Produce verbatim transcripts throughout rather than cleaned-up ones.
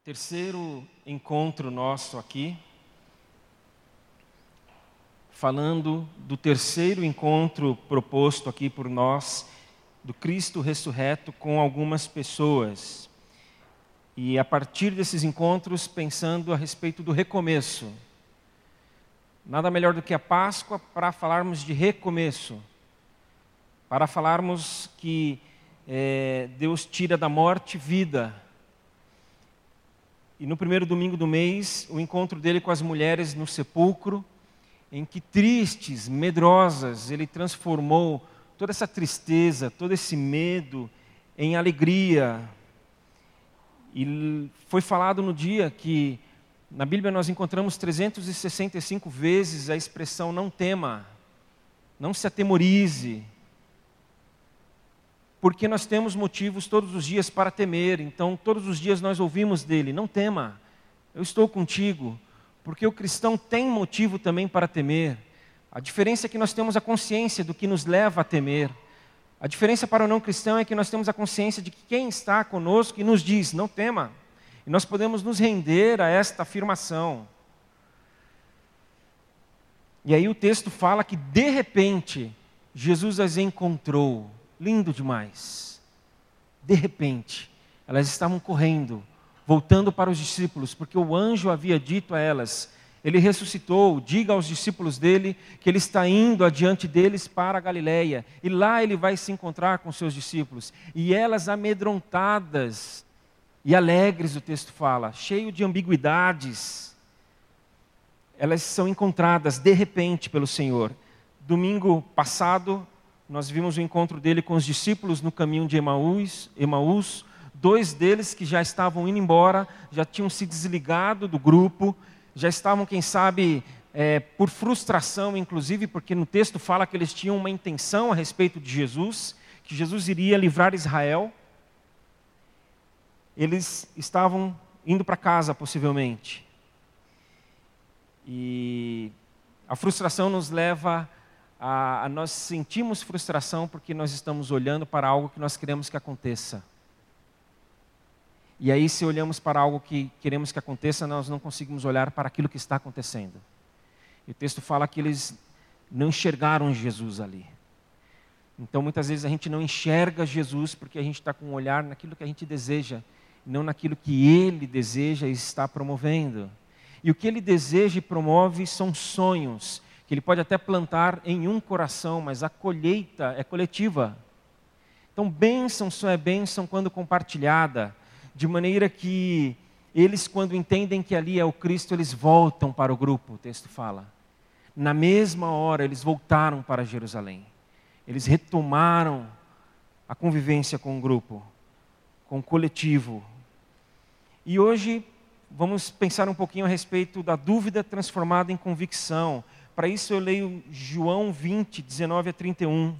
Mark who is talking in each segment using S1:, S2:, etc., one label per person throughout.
S1: Terceiro encontro nosso aqui, falando do terceiro encontro proposto aqui por nós, do Cristo ressurreto com algumas pessoas. E a partir desses encontros, pensando a respeito do recomeço. Nada melhor do que a Páscoa para falarmos de recomeço. Para falarmos que é, Deus tira da morte vida. E no primeiro domingo do mês, o encontro dele com as mulheres no sepulcro, em que tristes, medrosas, ele transformou toda essa tristeza, todo esse medo em alegria. E foi falado no dia que, na Bíblia nós encontramos trezentas e sessenta e cinco vezes a expressão não tema, não se atemorize. Porque nós temos motivos todos os dias para temer, então todos os dias nós ouvimos dele, não tema, eu estou contigo, porque o cristão tem motivo também para temer. A diferença é que nós temos a consciência do que nos leva a temer. A diferença para o não cristão é que nós temos a consciência de que quem está conosco e nos diz, não tema, e nós podemos nos render a esta afirmação. E aí o texto fala que de repente, Jesus as encontrou. Lindo demais. De repente, elas estavam correndo, voltando para os discípulos, porque o anjo havia dito a elas, ele ressuscitou, diga aos discípulos dele que ele está indo adiante deles para a Galileia, e lá ele vai se encontrar com seus discípulos. E elas amedrontadas e alegres, o texto fala, cheio de ambiguidades, elas são encontradas de repente pelo Senhor. Domingo passado, nós vimos o encontro dele com os discípulos no caminho de Emaús, Emaús. Dois deles que já estavam indo embora, já tinham se desligado do grupo, já estavam, quem sabe, é, por frustração, inclusive, porque no texto fala que eles tinham uma intenção a respeito de Jesus, que Jesus iria livrar Israel. Eles estavam indo para casa, possivelmente. E a frustração nos leva a, a nós sentimos frustração porque nós estamos olhando para algo que nós queremos que aconteça. E aí, se olhamos para algo que queremos que aconteça, nós não conseguimos olhar para aquilo que está acontecendo. E o texto fala que eles não enxergaram Jesus ali. Então, muitas vezes a gente não enxerga Jesus porque a gente está com um olhar naquilo que a gente deseja, não naquilo que Ele deseja e está promovendo. E o que Ele deseja e promove são sonhos, que Ele pode até plantar em um coração, mas a colheita é coletiva. Então, bênção só é bênção quando compartilhada, de maneira que eles, quando entendem que ali é o Cristo, eles voltam para o grupo, o texto fala. Na mesma hora, eles voltaram para Jerusalém. Eles retomaram a convivência com o grupo, com o coletivo. E hoje, vamos pensar um pouquinho a respeito da dúvida transformada em convicção. Para isso eu leio João vinte, dezenove a trinta e um.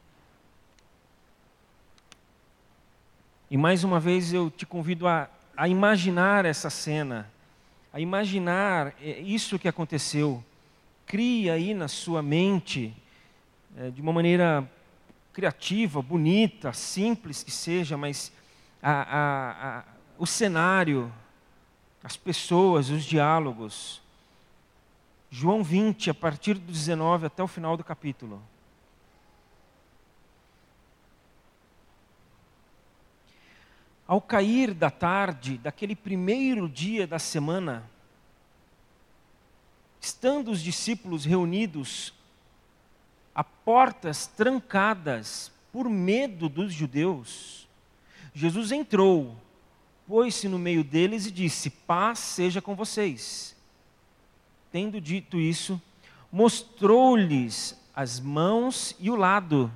S1: E mais uma vez eu te convido a, a imaginar essa cena, a imaginar isso que aconteceu. Cria aí na sua mente, é, de uma maneira criativa, bonita, simples que seja, mas a, a, a, o cenário, as pessoas, os diálogos. João vinte, a partir do dezenove até o final do capítulo. Ao cair da tarde, daquele primeiro dia da semana, estando os discípulos reunidos, a portas trancadas por medo dos judeus, Jesus entrou, pôs-se no meio deles e disse, paz seja com vocês. Tendo dito isso, mostrou-lhes as mãos e o lado.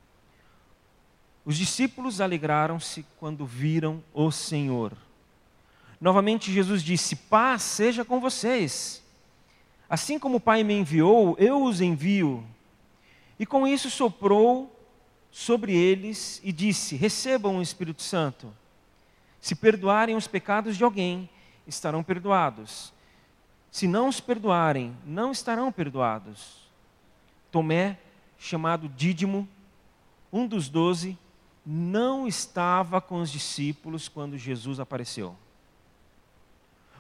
S1: Os discípulos alegraram-se quando viram o Senhor. Novamente Jesus disse, paz seja com vocês. Assim como o Pai me enviou, eu os envio. E com isso soprou sobre eles e disse, recebam o Espírito Santo. Se perdoarem os pecados de alguém, estarão perdoados. Se não os perdoarem, não estarão perdoados. Tomé, chamado Dídimo, um dos doze, não estava com os discípulos quando Jesus apareceu.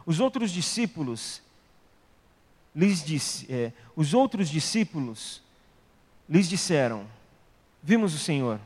S1: Os outros discípulos lhes disse, é, os outros discípulos lhes disseram: vimos o Senhor.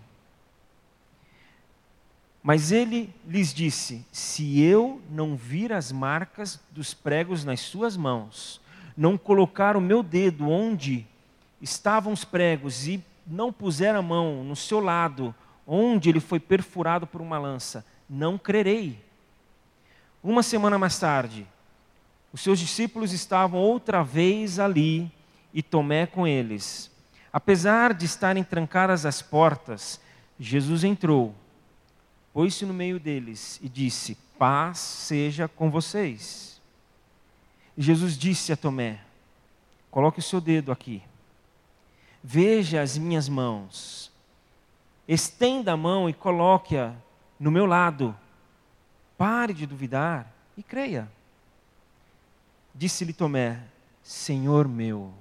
S1: Mas ele lhes disse: se eu não vir as marcas dos pregos nas suas mãos, não colocar o meu dedo onde estavam os pregos e não puser a mão no seu lado, onde ele foi perfurado por uma lança, não crerei. Uma semana mais tarde, os seus discípulos estavam outra vez ali e Tomé com eles. Apesar de estarem trancadas as portas, Jesus entrou, pôs-se no meio deles e disse: paz seja com vocês. E Jesus disse a Tomé: coloque o seu dedo aqui. Veja as minhas mãos. Estenda a mão e coloque-a no meu lado. Pare de duvidar e creia. Disse-lhe Tomé: Senhor meu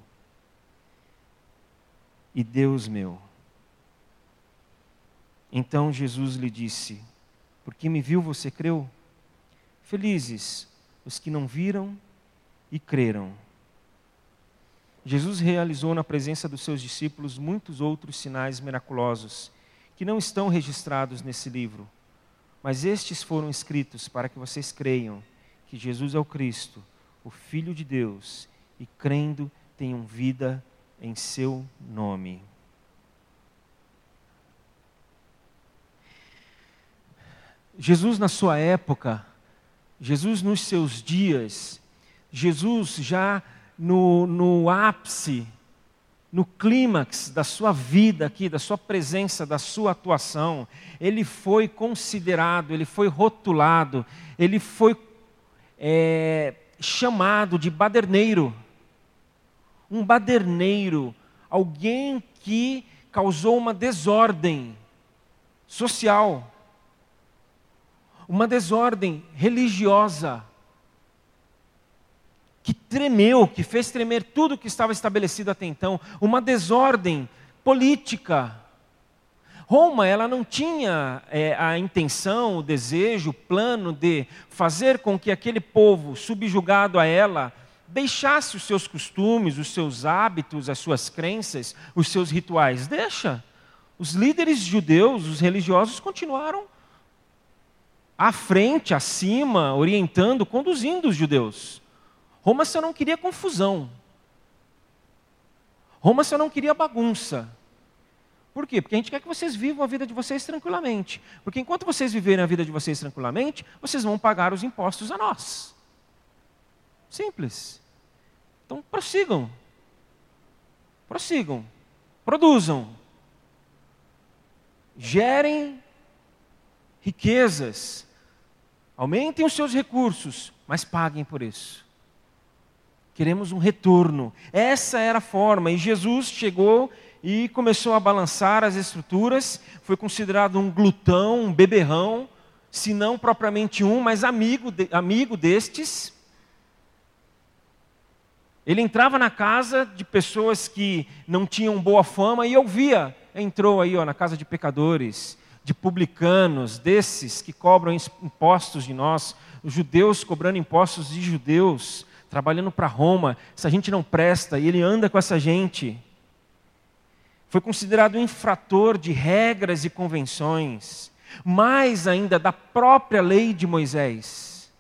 S1: e Deus meu. Então Jesus lhe disse: porque me viu, você creu? Felizes os que não viram e creram. Jesus realizou na presença dos seus discípulos muitos outros sinais miraculosos, que não estão registrados nesse livro, mas estes foram escritos para que vocês creiam que Jesus é o Cristo, o Filho de Deus, e crendo tenham vida em seu nome. Jesus na sua época, Jesus nos seus dias, Jesus já no, no ápice, no clímax da sua vida aqui, da sua presença, da sua atuação, ele foi considerado, ele foi rotulado, ele foi é, chamado de baderneiro. Um baderneiro, alguém que causou uma desordem social, uma desordem religiosa, que tremeu, que fez tremer tudo que estava estabelecido até então, uma desordem política. Roma, ela não tinha é, a intenção, o desejo, o plano de fazer com que aquele povo subjugado a ela deixasse os seus costumes, os seus hábitos, as suas crenças, os seus rituais. Deixa. Os líderes judeus, os religiosos, continuaram à frente, acima, orientando, conduzindo os judeus. Roma só não queria confusão. Roma só não queria bagunça. Por quê? Porque a gente quer que vocês vivam a vida de vocês tranquilamente. Porque enquanto vocês viverem a vida de vocês tranquilamente, vocês vão pagar os impostos a nós. Simples. Então prossigam. Prossigam. Produzam. Gerem riquezas. Aumentem os seus recursos, mas paguem por isso. Queremos um retorno. Essa era a forma. E Jesus chegou e começou a balançar as estruturas. Foi considerado um glutão, um beberrão, se não propriamente um, mas amigo, de, amigo destes. Ele entrava na casa de pessoas que não tinham boa fama e ouvia. Entrou aí ó, na casa de pecadores, de publicanos, desses que cobram impostos de nós, os judeus cobrando impostos de judeus, trabalhando para Roma. Essa gente não presta e ele anda com essa gente. Foi considerado um infrator de regras e convenções, mais ainda da própria lei de Moisés.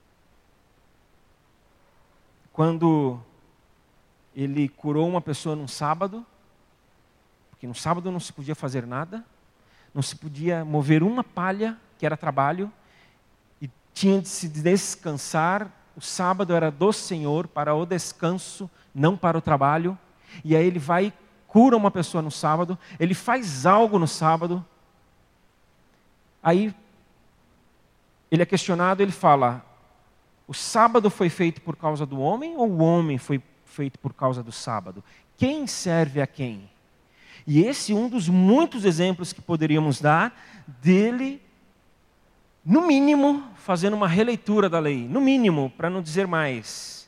S1: Quando ele curou uma pessoa num sábado, porque no sábado não se podia fazer nada, não se podia mover uma palha, que era trabalho, e tinha de se descansar. O sábado era do Senhor, para o descanso, não para o trabalho. E aí ele vai e cura uma pessoa no sábado, ele faz algo no sábado. Aí ele é questionado, ele fala: o sábado foi feito por causa do homem ou o homem foi feito por causa do sábado? Quem serve a quem? E esse é um dos muitos exemplos que poderíamos dar dele, no mínimo, fazendo uma releitura da lei. No mínimo, para não dizer mais.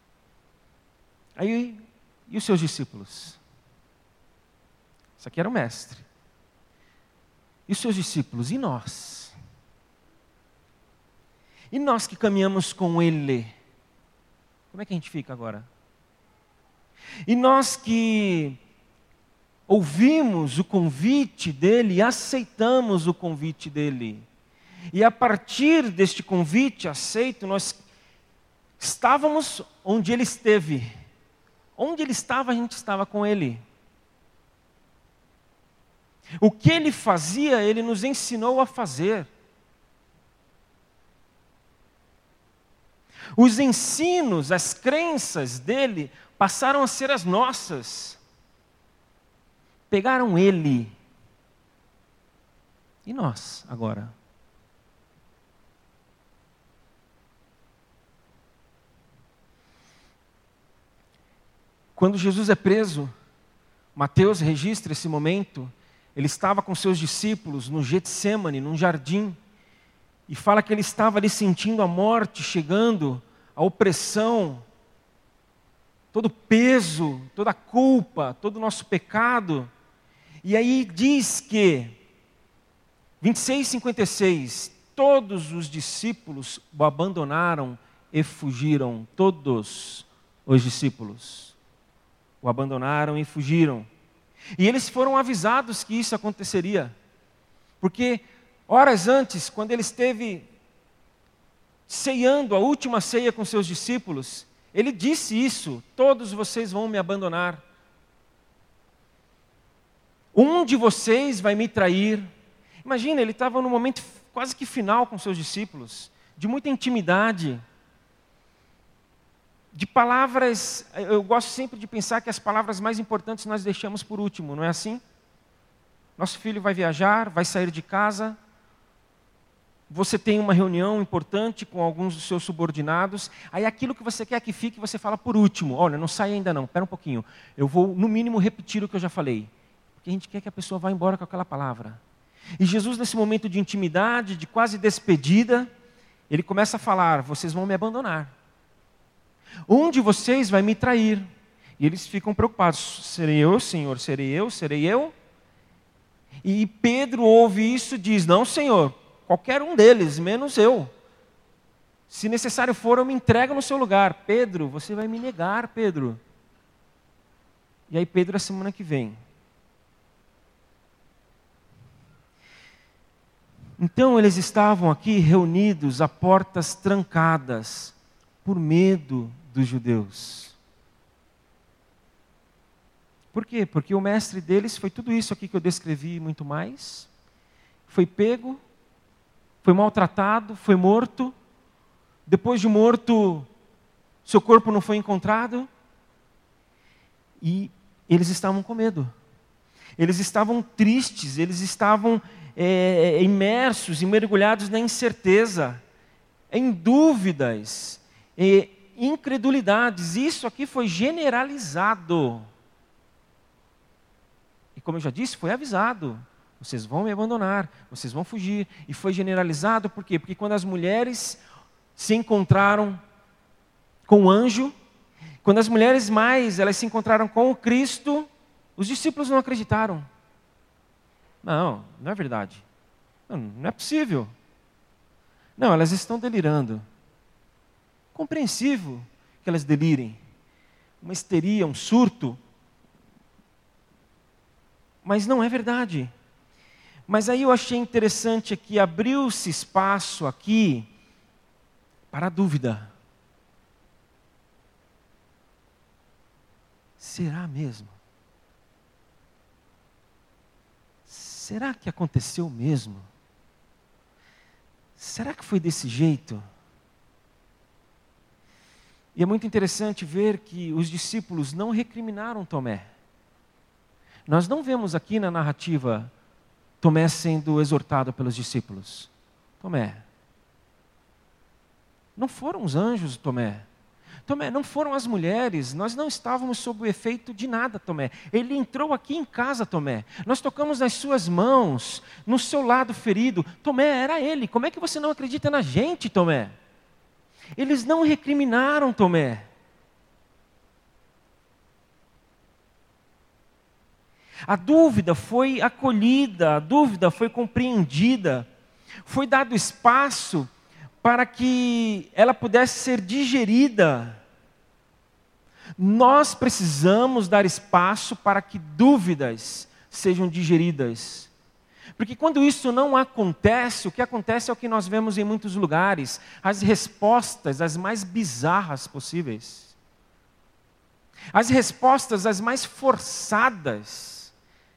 S1: Aí, e os seus discípulos? Isso aqui era o mestre. E os seus discípulos? E nós? E nós que caminhamos com Ele, como é que a gente fica agora? E nós que ouvimos o convite dEle e aceitamos o convite dEle, e a partir deste convite aceito, nós estávamos onde Ele esteve. Onde Ele estava, a gente estava com Ele. O que Ele fazia, Ele nos ensinou a fazer. Os ensinos, as crenças dEle passaram a ser as nossas. Pegaram Ele. E nós, agora? Quando Jesus é preso, Mateus registra esse momento, ele estava com seus discípulos no Getsêmani, num jardim, e fala que ele estava ali sentindo a morte chegando, a opressão, todo o peso, toda a culpa, todo o nosso pecado. E aí diz que, vinte e seis, cinquenta e seis, todos os discípulos o abandonaram e fugiram, todos os discípulos o abandonaram e fugiram. E eles foram avisados que isso aconteceria. Porque horas antes, quando ele esteve ceando a última ceia com seus discípulos, ele disse isso: todos vocês vão me abandonar. Um de vocês vai me trair. Imagina, ele estava no momento quase que final com seus discípulos, de muita intimidade. De palavras, eu gosto sempre de pensar que as palavras mais importantes nós deixamos por último, não é assim? Nosso filho vai viajar, vai sair de casa, você tem uma reunião importante com alguns dos seus subordinados, aí aquilo que você quer que fique, você fala por último. Olha, não sai ainda não, espera um pouquinho, eu vou no mínimo repetir o que eu já falei, porque a gente quer que a pessoa vá embora com aquela palavra. E Jesus, nesse momento de intimidade, de quase despedida, ele começa a falar: vocês vão me abandonar. Um de vocês vai me trair. E eles ficam preocupados: serei eu, Senhor? Serei eu? Serei eu? E Pedro ouve isso e diz: não, Senhor, qualquer um deles, menos eu. Se necessário for, eu me entrego no seu lugar. Pedro, você vai me negar, Pedro. E aí Pedro, a semana que vem. Então eles estavam aqui reunidos a portas trancadas, por medo dos judeus. Por quê? Porque o mestre deles foi tudo isso aqui que eu descrevi e muito mais. Foi pego, foi maltratado, foi morto. Depois de morto, seu corpo não foi encontrado. E eles estavam com medo. Eles estavam tristes, eles estavam é, imersos e mergulhados na incerteza, em dúvidas, e incredulidades. Isso aqui foi generalizado. E como eu já disse, foi avisado: vocês vão me abandonar, vocês vão fugir. E foi generalizado por quê? Porque quando as mulheres se encontraram com o anjo, quando as mulheres mais, elas se encontraram com o Cristo, os discípulos não acreditaram. Não, não é verdade. Não, não é possível. Não, elas estão delirando. Compreensível que elas delirem. Uma histeria, um surto. Mas não é verdade. Mas aí eu achei interessante que abriu-se espaço aqui para a dúvida. Será mesmo? Será que aconteceu mesmo? Será que foi desse jeito? E é muito interessante ver que os discípulos não recriminaram Tomé. Nós não vemos aqui na narrativa Tomé sendo exortado pelos discípulos. Tomé, não foram os anjos, Tomé. Tomé, não foram as mulheres, nós não estávamos sob o efeito de nada, Tomé. Ele entrou aqui em casa, Tomé. Nós tocamos nas suas mãos, no seu lado ferido. Tomé, era ele. Como é que você não acredita na gente, Tomé? Eles não recriminaram Tomé. A dúvida foi acolhida, a dúvida foi compreendida. Foi dado espaço para que ela pudesse ser digerida, nós precisamos dar espaço para que dúvidas sejam digeridas. Porque quando isso não acontece, o que acontece é o que nós vemos em muitos lugares, as respostas as mais bizarras possíveis. As respostas as mais forçadas,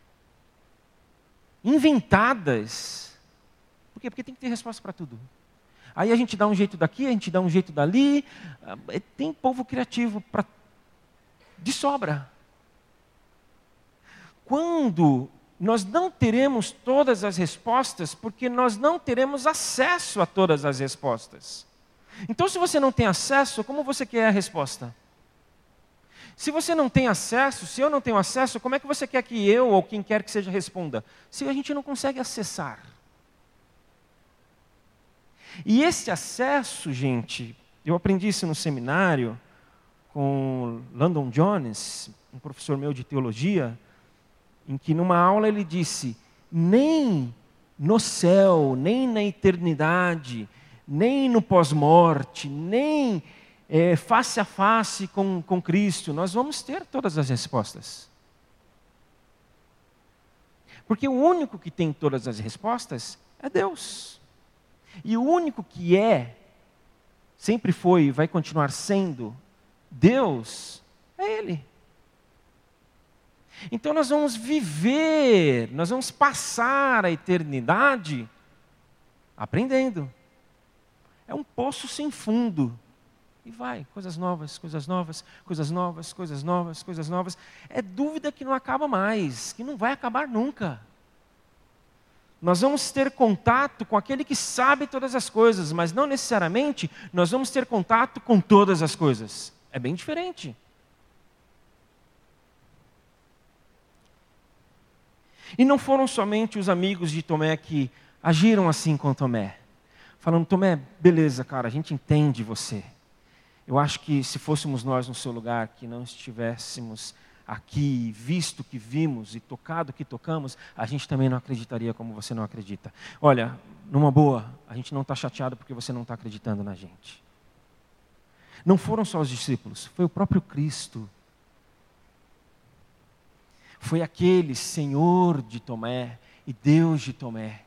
S1: inventadas. Por quê? Porque tem que ter resposta para tudo. Aí a gente dá um jeito daqui, a gente dá um jeito dali. Tem povo criativo para de sobra. Quando nós não teremos todas as respostas, porque nós não teremos acesso a todas as respostas. Então, se você não tem acesso, como você quer a resposta? Se você não tem acesso, se eu não tenho acesso, como é que você quer que eu ou quem quer que seja responda? Se a gente não consegue acessar. E esse acesso, gente, eu aprendi isso no seminário com Landon Jones, um professor meu de teologia, em que numa aula ele disse, nem no céu, nem na eternidade, nem no pós-morte, nem é, face a face com, com Cristo, nós vamos ter todas as respostas. Porque o único que tem todas as respostas é Deus. E o único que é, sempre foi e vai continuar sendo Deus, é Ele. Então nós vamos viver, nós vamos passar a eternidade aprendendo. É um poço sem fundo. E vai, coisas novas, coisas novas, coisas novas, coisas novas, coisas novas. É dúvida que não acaba mais, que não vai acabar nunca. Nós vamos ter contato com aquele que sabe todas as coisas, mas não necessariamente nós vamos ter contato com todas as coisas. É bem diferente. E não foram somente os amigos de Tomé que agiram assim com Tomé. Falando, Tomé, beleza, cara, a gente entende você. Eu acho que se fôssemos nós no seu lugar, que não estivéssemos aqui, visto o que vimos e tocado o que tocamos, a gente também não acreditaria como você não acredita. Olha, numa boa, a gente não está chateado porque você não está acreditando na gente. Não foram só os discípulos, foi o próprio Cristo. Foi aquele Senhor de Tomé e Deus de Tomé.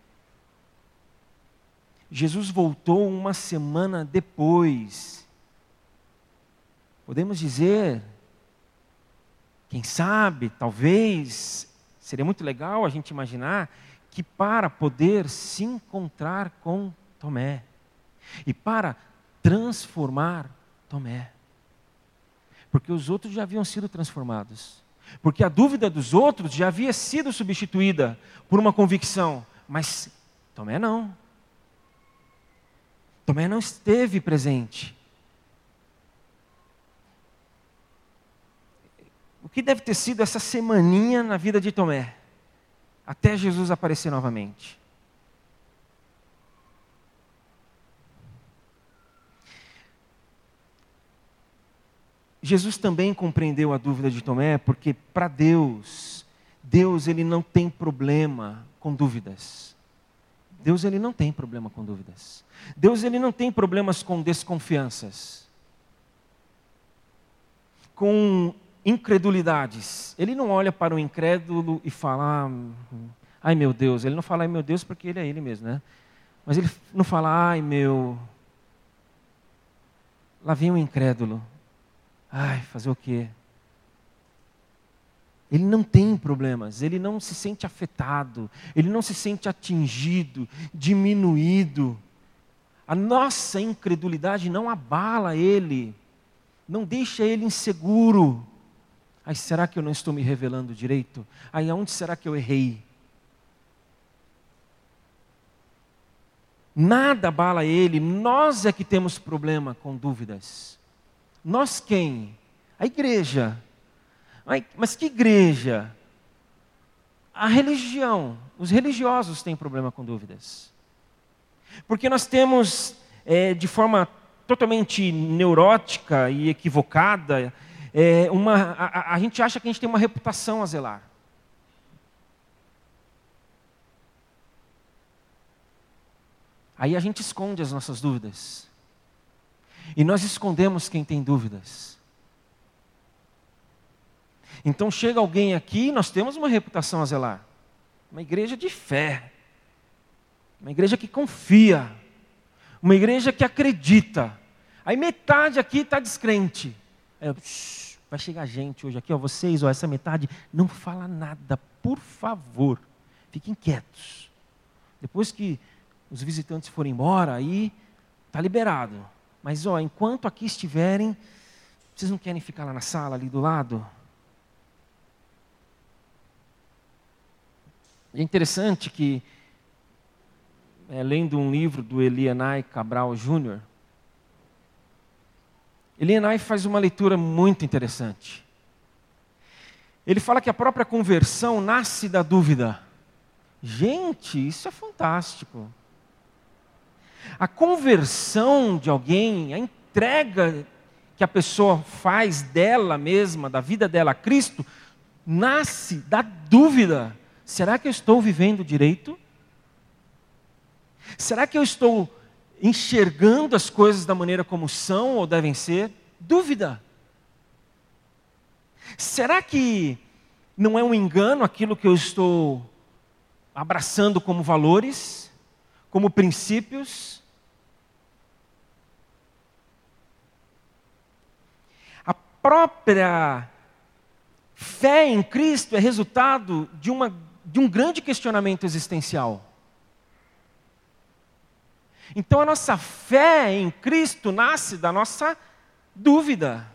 S1: Jesus voltou uma semana depois. Podemos dizer, quem sabe, talvez, seria muito legal a gente imaginar que para poder se encontrar com Tomé e para transformar Tomé. Porque os outros já haviam sido transformados. Porque a dúvida dos outros já havia sido substituída por uma convicção. Mas Tomé não. Tomé não esteve presente. O que deve ter sido essa semaninha na vida de Tomé? Até Jesus aparecer novamente. Jesus também compreendeu a dúvida de Tomé, porque para Deus, Deus ele não tem problema com dúvidas. Deus ele não tem problema com dúvidas. Deus ele não tem problemas com desconfianças, com incredulidades. Ele não olha para o incrédulo e fala, ai meu Deus. Ele não fala ai meu Deus porque ele é ele mesmo, né? Mas ele não fala, ai meu, lá vem o incrédulo. Ai, fazer o quê? Ele não tem problemas, ele não se sente afetado, ele não se sente atingido, diminuído. A nossa incredulidade não abala ele, não deixa ele inseguro. Ai, será que eu não estou me revelando direito? Ai, aonde será que eu errei? Nada abala ele, nós é que temos problema com dúvidas. Nós quem? A igreja. Mas que igreja? A religião. Os religiosos têm problema com dúvidas. Porque nós temos, é, de forma totalmente neurótica e equivocada, é, uma, a, a gente acha que a gente tem uma reputação a zelar. Aí a gente esconde as nossas dúvidas. E nós escondemos quem tem dúvidas. Então chega alguém aqui, nós temos uma reputação a zelar. Uma igreja de fé. Uma igreja que confia. Uma igreja que acredita. Aí metade aqui está descrente. Aí eu, shh, vai chegar gente hoje aqui, ó, vocês, ó, essa metade, não fala nada, por favor. Fiquem quietos. Depois que os visitantes forem embora, aí está liberado. Mas ó, enquanto aqui estiverem, vocês não querem ficar lá na sala, ali do lado? É interessante que, é, lendo um livro do Elianai Cabral Júnior, Elianai faz uma leitura muito interessante. Ele fala que a própria conversão nasce da dúvida. Gente, isso é fantástico. A conversão de alguém, a entrega que a pessoa faz dela mesma, da vida dela a Cristo, nasce da dúvida. Será que eu estou vivendo direito? Será que eu estou enxergando as coisas da maneira como são ou devem ser? Dúvida. Será que não é um engano aquilo que eu estou abraçando como valores, como princípios? A própria fé em Cristo é resultado de, uma, de um grande questionamento existencial. Então a nossa fé em Cristo nasce da nossa dúvida,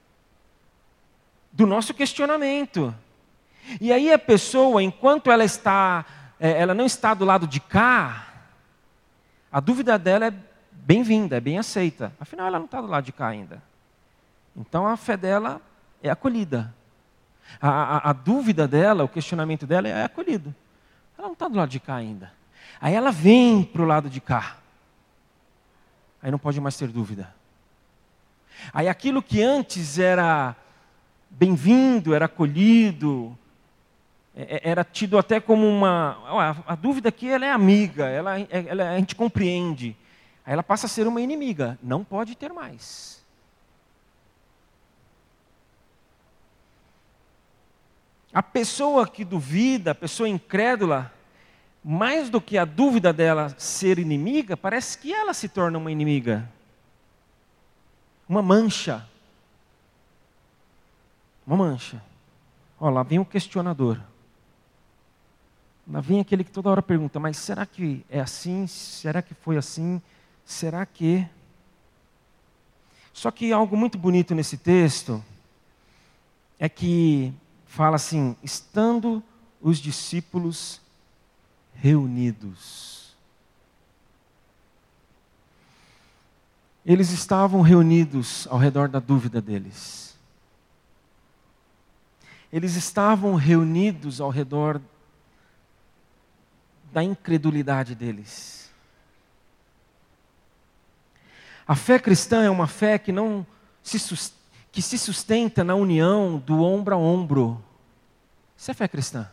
S1: do nosso questionamento. E aí a pessoa, enquanto ela está, ela não está do lado de cá, a dúvida dela é bem-vinda, é bem aceita. Afinal, ela não está do lado de cá ainda. Então a fé dela é acolhida. A, a, a dúvida dela, o questionamento dela é acolhido. Ela não está do lado de cá ainda. Aí ela vem para o lado de cá. Aí não pode mais ter dúvida. Aí aquilo que antes era bem-vindo, era acolhido, era tido até como uma... A, a dúvida aqui ela é amiga, ela, ela, a gente compreende. Aí ela passa a ser uma inimiga. Não pode ter mais. A pessoa que duvida, a pessoa incrédula, mais do que a dúvida dela ser inimiga, parece que ela se torna uma inimiga. Uma mancha. Uma mancha. Ó, lá vem o questionador. Lá vem aquele que toda hora pergunta, mas será que é assim? Será que foi assim? Será que... Só que algo muito bonito nesse texto é que fala assim, estando os discípulos reunidos. Eles estavam reunidos ao redor da dúvida deles. Eles estavam reunidos ao redor da incredulidade deles. A fé cristã é uma fé que não se sustenta, que se sustenta na união do ombro a ombro. Isso é fé cristã.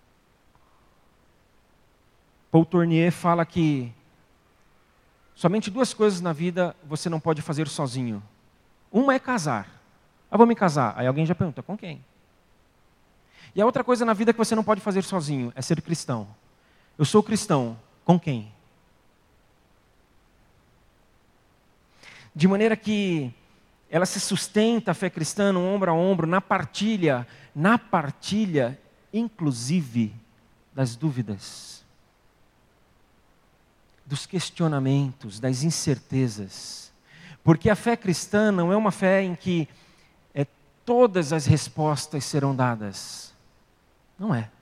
S1: Paul Tournier fala que somente duas coisas na vida você não pode fazer sozinho. Uma é casar. Ah, vou me casar. Aí alguém já pergunta, com quem? E a outra coisa na vida que você não pode fazer sozinho é ser cristão. Eu sou cristão. Com quem? De maneira que ela se sustenta, a fé cristã, no ombro a ombro, na partilha, na partilha, inclusive, das dúvidas, dos questionamentos, das incertezas. Porque a fé cristã não é uma fé em que é, todas as respostas serão dadas. Não é.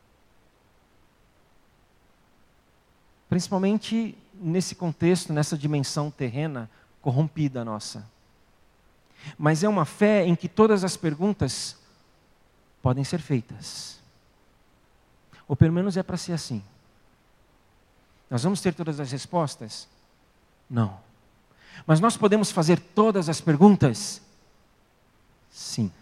S1: Principalmente nesse contexto, nessa dimensão terrena, corrompida nossa. Mas é uma fé em que todas as perguntas podem ser feitas. Ou pelo menos é para ser assim. Nós vamos ter todas as respostas? Não. Mas nós podemos fazer todas as perguntas? Sim.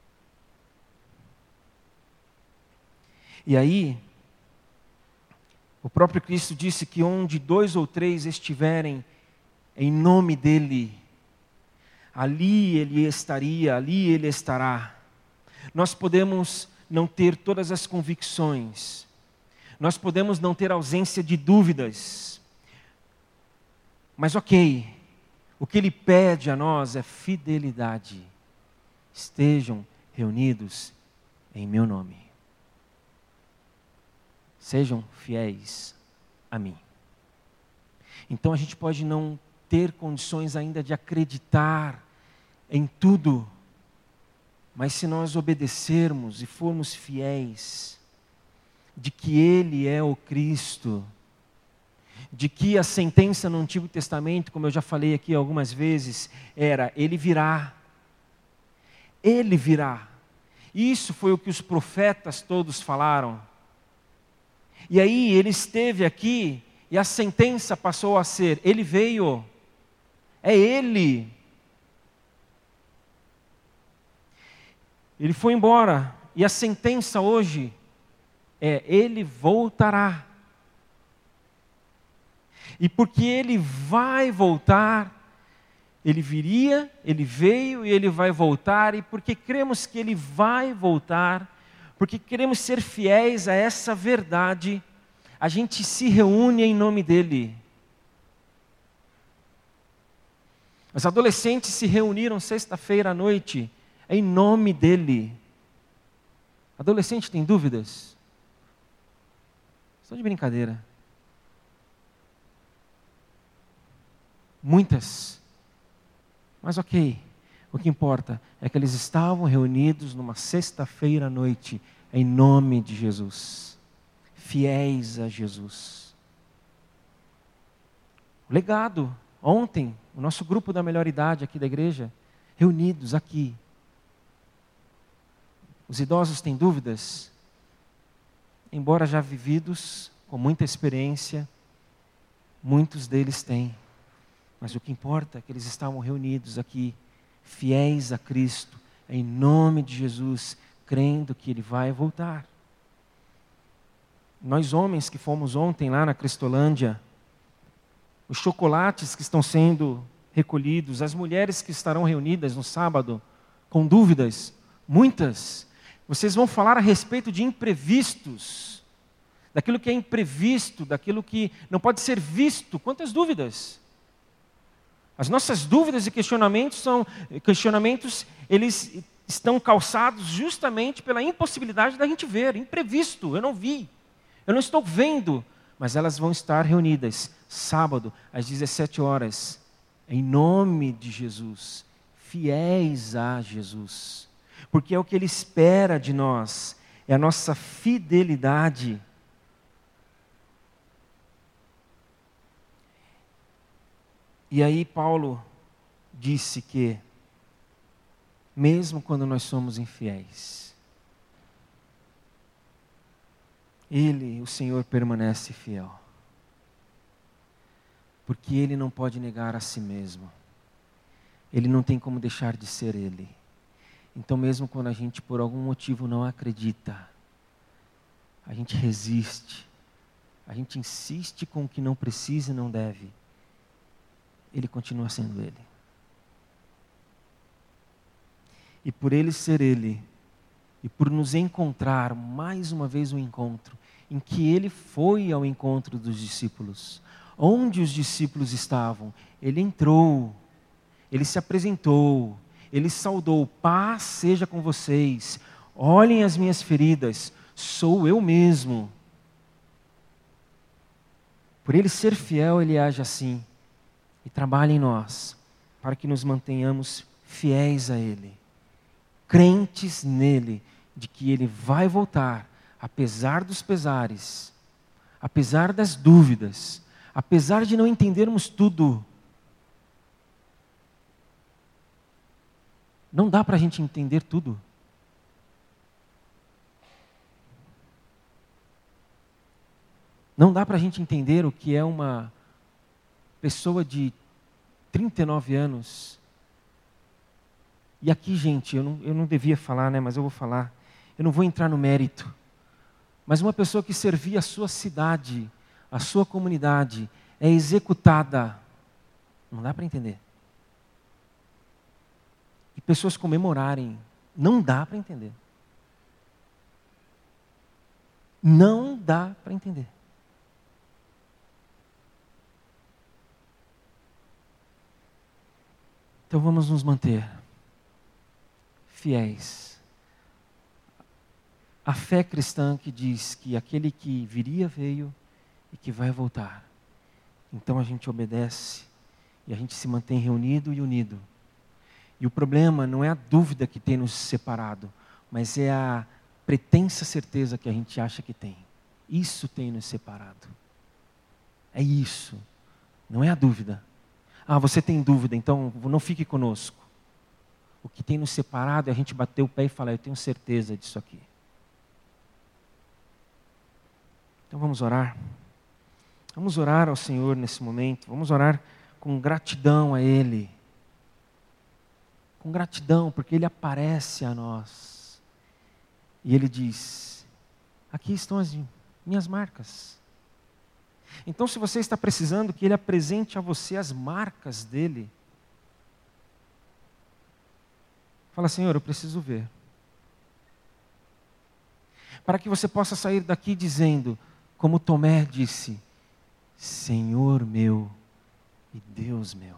S1: E aí, O próprio Cristo disse que onde dois ou três estiverem em nome dEle, ali Ele estaria, ali Ele estará. Nós podemos não ter todas as convicções, nós podemos não ter ausência de dúvidas, mas ok, o que Ele pede a nós é fidelidade. Estejam reunidos em meu nome. Sejam fiéis a mim. Então a gente pode não ter condições ainda de acreditar em tudo, mas se nós obedecermos e formos fiéis, de que Ele é o Cristo, de que a sentença no Antigo Testamento, como eu já falei aqui algumas vezes, era: Ele virá, Ele virá. Isso foi o que os profetas todos falaram. E aí Ele esteve aqui e a sentença passou a ser: Ele veio, é Ele. Ele foi embora e a sentença hoje é: Ele voltará. E porque Ele vai voltar, Ele viria, Ele veio e Ele vai voltar, e porque cremos que Ele vai voltar, porque queremos ser fiéis a essa verdade, a gente se reúne em nome dEle. Os adolescentes se reuniram sexta-feira à noite em nome dEle. Adolescente tem dúvidas? Estou de brincadeira. Muitas. Mas ok, o que importa é que eles estavam reunidos numa sexta-feira à noite, em nome de Jesus, fiéis a Jesus. Legado, ontem, o nosso grupo da melhor idade aqui da igreja, reunidos aqui. Os idosos têm dúvidas? Embora já vividos, com muita experiência, muitos deles têm. Mas o que importa é que eles estavam reunidos aqui, fiéis a Cristo, em nome de Jesus, crendo que Ele vai voltar. Nós homens que fomos ontem lá na Cristolândia, os chocolates que estão sendo recolhidos, as mulheres que estarão reunidas no sábado, com dúvidas, muitas, vocês vão falar a respeito de imprevistos, daquilo que é imprevisto, daquilo que não pode ser visto. Quantas dúvidas! As nossas dúvidas e questionamentos são questionamentos, eles estão calçados justamente pela impossibilidade da gente ver, imprevisto, eu não vi, eu não estou vendo, mas elas vão estar reunidas sábado às dezessete horas, em nome de Jesus, fiéis a Jesus, porque é o que Ele espera de nós, é a nossa fidelidade. E aí Paulo disse que, mesmo quando nós somos infiéis, Ele, o Senhor, permanece fiel. Porque Ele não pode negar a si mesmo. Ele não tem como deixar de ser Ele. Então mesmo quando a gente por algum motivo não acredita, a gente resiste, a gente insiste com o que não precisa e não deve, Ele continua sendo Ele. E por Ele ser Ele, e por nos encontrar, mais uma vez um encontro, em que Ele foi ao encontro dos discípulos. Onde os discípulos estavam, Ele entrou, Ele se apresentou, Ele saudou: paz seja com vocês, olhem as minhas feridas, sou eu mesmo. Por Ele ser fiel, Ele age assim. E trabalhe em nós, para que nos mantenhamos fiéis a Ele, crentes nele, de que Ele vai voltar, apesar dos pesares, apesar das dúvidas, apesar de não entendermos tudo. Não dá para a gente entender tudo. Não dá para a gente entender o que é uma pessoa de trinta e nove anos. E aqui, gente, eu não, eu não devia falar, né, mas eu vou falar. Eu não vou entrar no mérito. Mas uma pessoa que servia a sua cidade a sua comunidade é executada, não dá para entender. E pessoas comemorarem, não dá para entender. Não dá para entender. Então vamos nos manter fiéis. A fé cristã que diz que aquele que viria veio e que vai voltar. Então a gente obedece e a gente se mantém reunido e unido. E o problema não é a dúvida que tem nos separado, mas é a pretensa certeza que a gente acha que tem. Isso tem nos separado. É isso. Não é a dúvida. Ah, você tem dúvida, então não fique conosco. O que tem nos separado é a gente bater o pé e falar, eu tenho certeza disso aqui. Então vamos orar. Vamos orar ao Senhor nesse momento. Vamos orar com gratidão a Ele. Com gratidão, porque Ele aparece a nós. E Ele diz, aqui estão as minhas marcas. Então, se você está precisando que Ele apresente a você as marcas dEle, fala, Senhor, eu preciso ver. Para que você possa sair daqui dizendo, como Tomé disse, Senhor meu e Deus meu.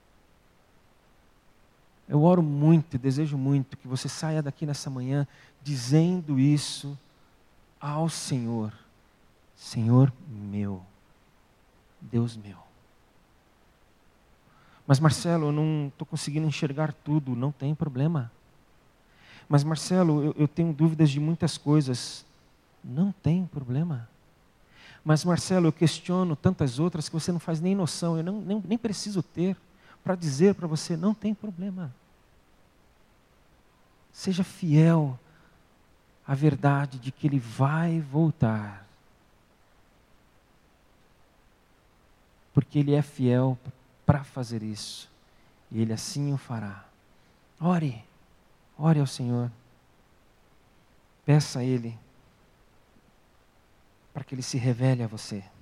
S1: Eu oro muito e desejo muito que você saia daqui nessa manhã dizendo isso ao Senhor. Senhor meu, Deus meu. Mas Marcelo, eu não estou conseguindo enxergar tudo, não tem problema. Mas Marcelo, eu, eu tenho dúvidas de muitas coisas, não tem problema. Mas Marcelo, eu questiono tantas outras que você não faz nem noção, eu não, nem, nem preciso ter para dizer para você, não tem problema. Seja fiel à verdade de que Ele vai voltar. Porque Ele é fiel para fazer isso. E Ele assim o fará. Ore, ore ao Senhor. Peça a Ele para que Ele se revele a você.